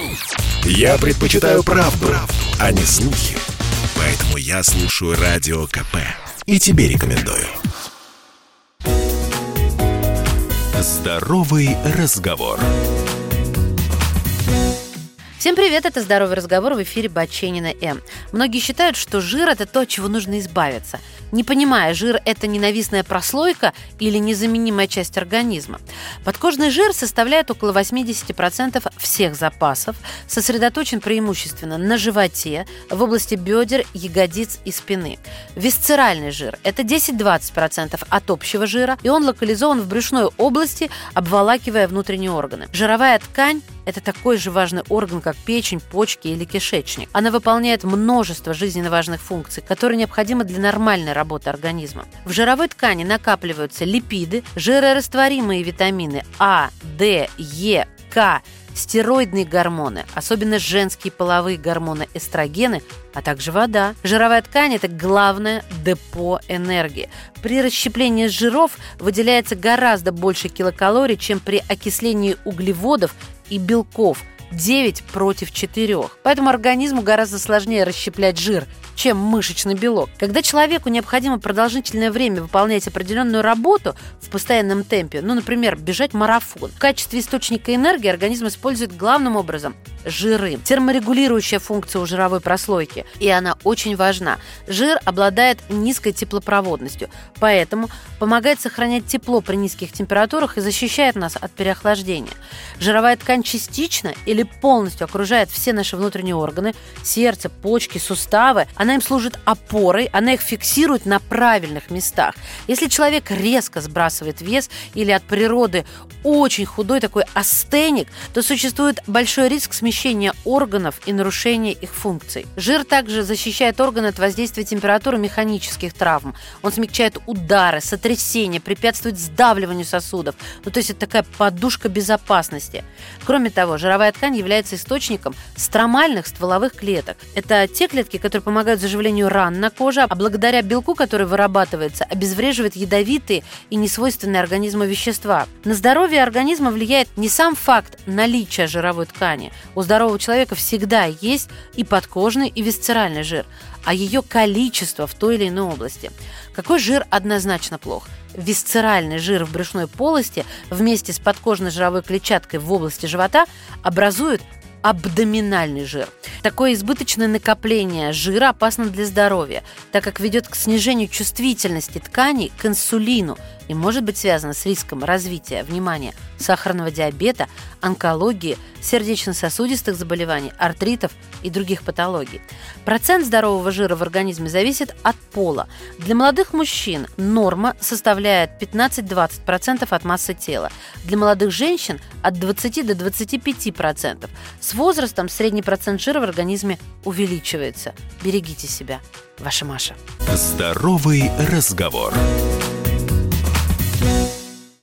Я предпочитаю правду, а не слухи. Поэтому я слушаю Радио КП. И тебе рекомендую. Здоровый разговор. Всем привет, это «Здоровый разговор», в эфире Баченина М. Многие считают, что жир – это то, от чего нужно избавиться, не понимая, жир – это ненавистная прослойка или незаменимая часть организма. Подкожный жир составляет около 80% всех запасов, сосредоточен преимущественно на животе, в области бедер, ягодиц и спины. Висцеральный жир – это 10-20% от общего жира, и он локализован в брюшной области, обволакивая внутренние органы. Жировая ткань – это такой же важный орган, как печень, почки или кишечник. Она выполняет множество жизненно важных функций, которые необходимы для нормальной работы организма. В жировой ткани накапливаются липиды, жирорастворимые витамины А, Д, Е, К, стероидные гормоны, особенно женские половые гормоны эстрогены, а также вода. Жировая ткань – это главное депо энергии. При расщеплении жиров выделяется гораздо больше килокалорий, чем при окислении углеводов и белков – 9 против 4. Поэтому организму гораздо сложнее расщеплять жир, чем мышечный белок. Когда человеку необходимо продолжительное время выполнять определенную работу в постоянном темпе, например, бежать марафон, в качестве источника энергии организм использует главным образом жиры. Терморегулирующая функция у жировой прослойки, и она очень важна. Жир обладает низкой теплопроводностью, поэтому помогает сохранять тепло при низких температурах и защищает нас от переохлаждения. Жировая ткань частично или полностью окружает все наши внутренние органы, сердце, почки, суставы. Она им служит опорой, она их фиксирует на правильных местах. Если человек резко сбрасывает вес или от природы очень худой, такой астеник, то существует большой риск смещения органов и нарушения их функций. Жир также защищает органы от воздействия температуры механических травм. Он смягчает удары, сотрясения, препятствует сдавливанию сосудов. То есть это такая подушка безопасности. Кроме того, жировая ткань является источником стромальных стволовых клеток. Это те клетки, которые помогают заживлению ран на коже, а благодаря белку, который вырабатывается, обезвреживает ядовитые и несвойственные организму вещества. На здоровье организма влияет не сам факт наличия жировой ткани. У здорового человека всегда есть и подкожный, и висцеральный жир, а ее количество в той или иной области. Какой жир однозначно плох? Висцеральный жир в брюшной полости вместе с подкожной жировой клетчаткой в области живота образует абдоминальный жир. Такое избыточное накопление жира опасно для здоровья, так как ведет к снижению чувствительности тканей к инсулину и может быть связано с риском развития, внимание, сахарного диабета, онкологии, сердечно-сосудистых заболеваний, артритов и других патологий. Процент здорового жира в организме зависит от пола. Для молодых мужчин норма составляет 15-20% от массы тела. Для молодых женщин от 20 до 25%. С возрастом средний процент жира в организме увеличивается. Берегите себя. Ваша Маша. Здоровый разговор.